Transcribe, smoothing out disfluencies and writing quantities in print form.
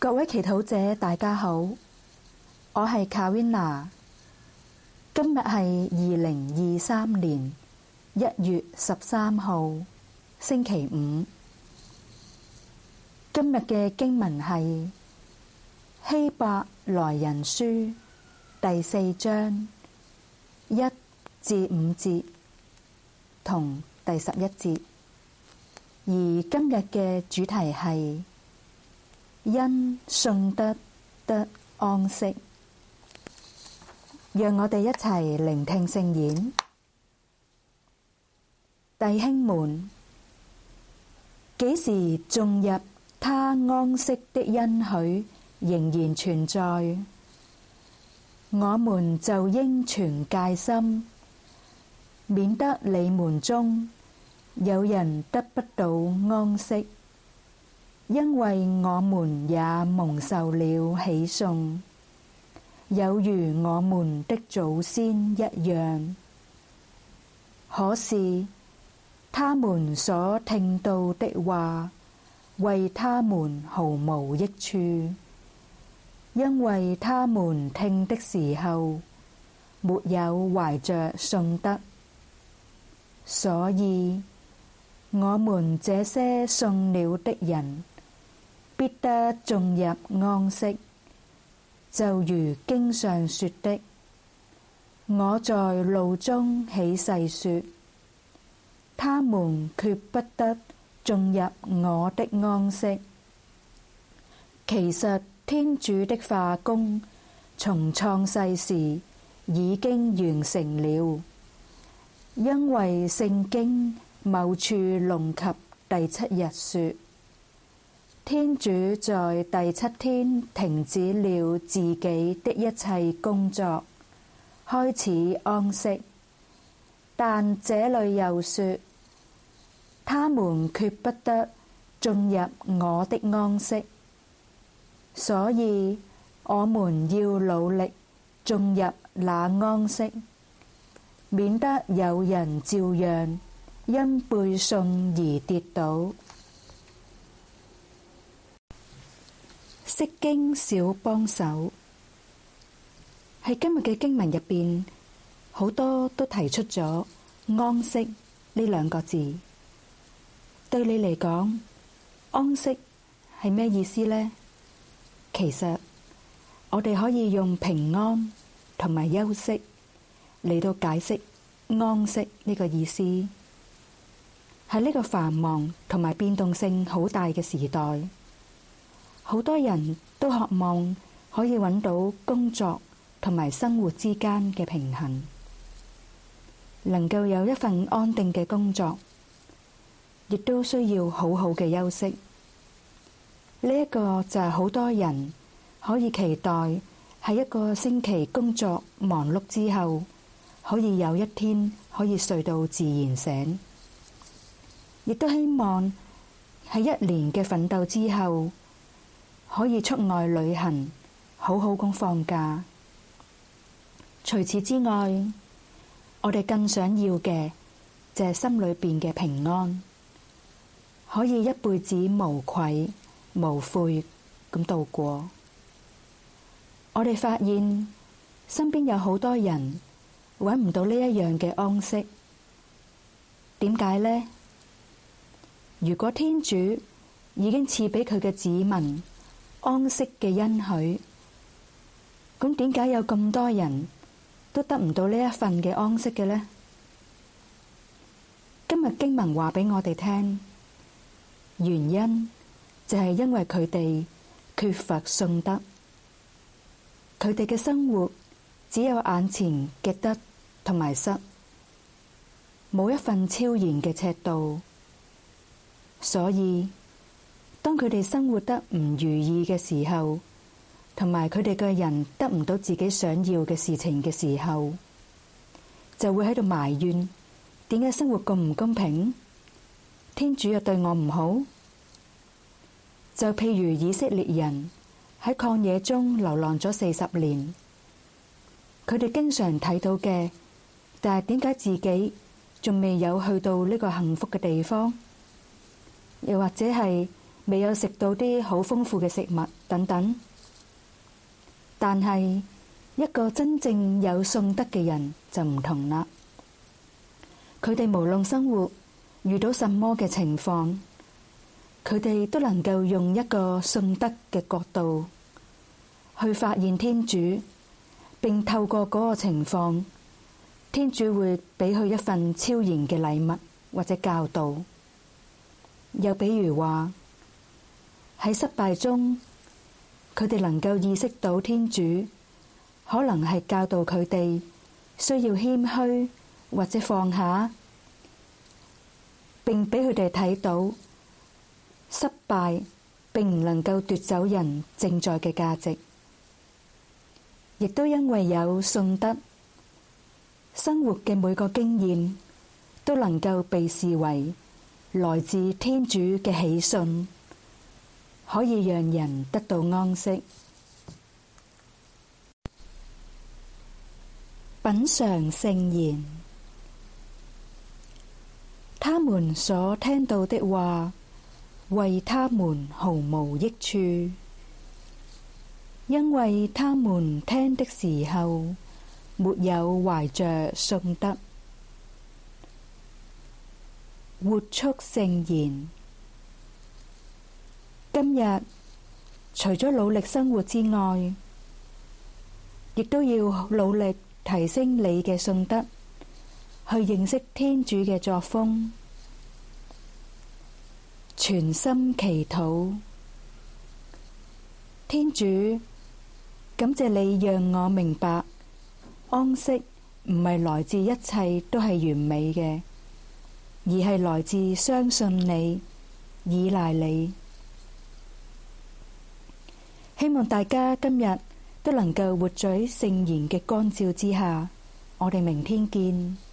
各位祈禱者大家好，我係 Carina。 今日係2023年1月13號星期五。今日嘅經文係希伯來人書第4章1至5節同第11節，而今日嘅主題係因信德得安息。讓我哋一齊聆聽聖言。弟兄們，幾時進入他安息的恩許仍然存在，我們就應存戒心，免得你們中有人得不到安息。因為我們也蒙受了喜訊，有如我們的祖先一樣。可是他們所聽到的話，為他們毫無益處，因為他們聽的時候，沒有懷着信德。所以我們這些信了的人，必得進入安息，就如經上說的：我在怒中起誓說，他們決不得進入我的安息。其實天主的化工從創世時已經完成了，因為聖經某處論及第7日說，天主在第7天停止了自己的一切工作，開始安息。但這裏又說，他們決不得進入我的安息。所以我們要努力進入那安息，免得有人照樣因背信而跌倒。釋經小幫手，喺今日嘅經文入邊，好多都提出咗安息呢兩個字。對你嚟講，安息係咩意思呢？其實我哋可以用平安同埋休息嚟到解釋安息呢個意思。喺呢個繁忙同埋變動性好大嘅時代，好多人都渴望可以揾到工作同埋生活之間嘅平衡，能夠有一份安定嘅工作，亦都需要好好嘅休息。呢一個就係好多人可以期待喺一個星期工作忙碌之後，可以有一天可以睡到自然醒，亦都希望喺一年嘅奮鬥之後，可以出外旅行，好好咁放假。除此之外，我哋更想要嘅就係心裏邊嘅平安，可以一輩子無愧無悔咁度過。我哋發現身邊有好多人揾唔到呢一樣嘅安息，點解呢？如果天主已經賜俾佢嘅子民安息嘅恩許，咁點解有咁多人都得唔到呢一份嘅安息嘅呢？今日經文話俾我哋聽，原因就係因為佢哋缺乏信德，佢哋嘅生活只有眼前嘅得同埋失，冇一份超然嘅尺度，所以當佢哋生活得唔如意嘅時候，同埋佢哋嘅人得唔到自己想要嘅事情嘅時候，就會喺度埋怨，點解生活咁唔公平？天主又對我唔好？就譬如以色列人喺曠野中流浪咗40年，佢哋經常睇到嘅，但係點解自己仲未有去到呢個幸福嘅地方？又或者係未有食到啲好豐富嘅食物等等。但係一個真正有信德嘅人就唔同啦。佢哋無論生活遇到什麼嘅情況，佢哋都能夠用一個信德嘅角度去發現天主，並透過嗰個情況，天主會俾佢一份超然嘅禮物或者教導。又比如話喺失敗中，佢哋能夠意識到天主可能係教導佢哋需要謙虛或者放下，並俾佢哋睇到失敗並唔能夠奪走人正在嘅價值。亦都因為有信德，生活嘅每個經驗都能夠被視為來自天主嘅喜訊，可以讓人得到安息。品嚐聖言，他們所聽到的話，為他們毫無益處，因為他們聽的時候，沒有懷着信德。活出聖言。今日除咗努力生活之外，亦都要努力提升你嘅信德，去認識天主嘅作風。全心祈禱。天主，感謝你讓我明白，安息唔係來自一切都係完美嘅，而係來自相信你、依賴你。希望大家今日都能夠活在聖言嘅光照之下。我哋明天見。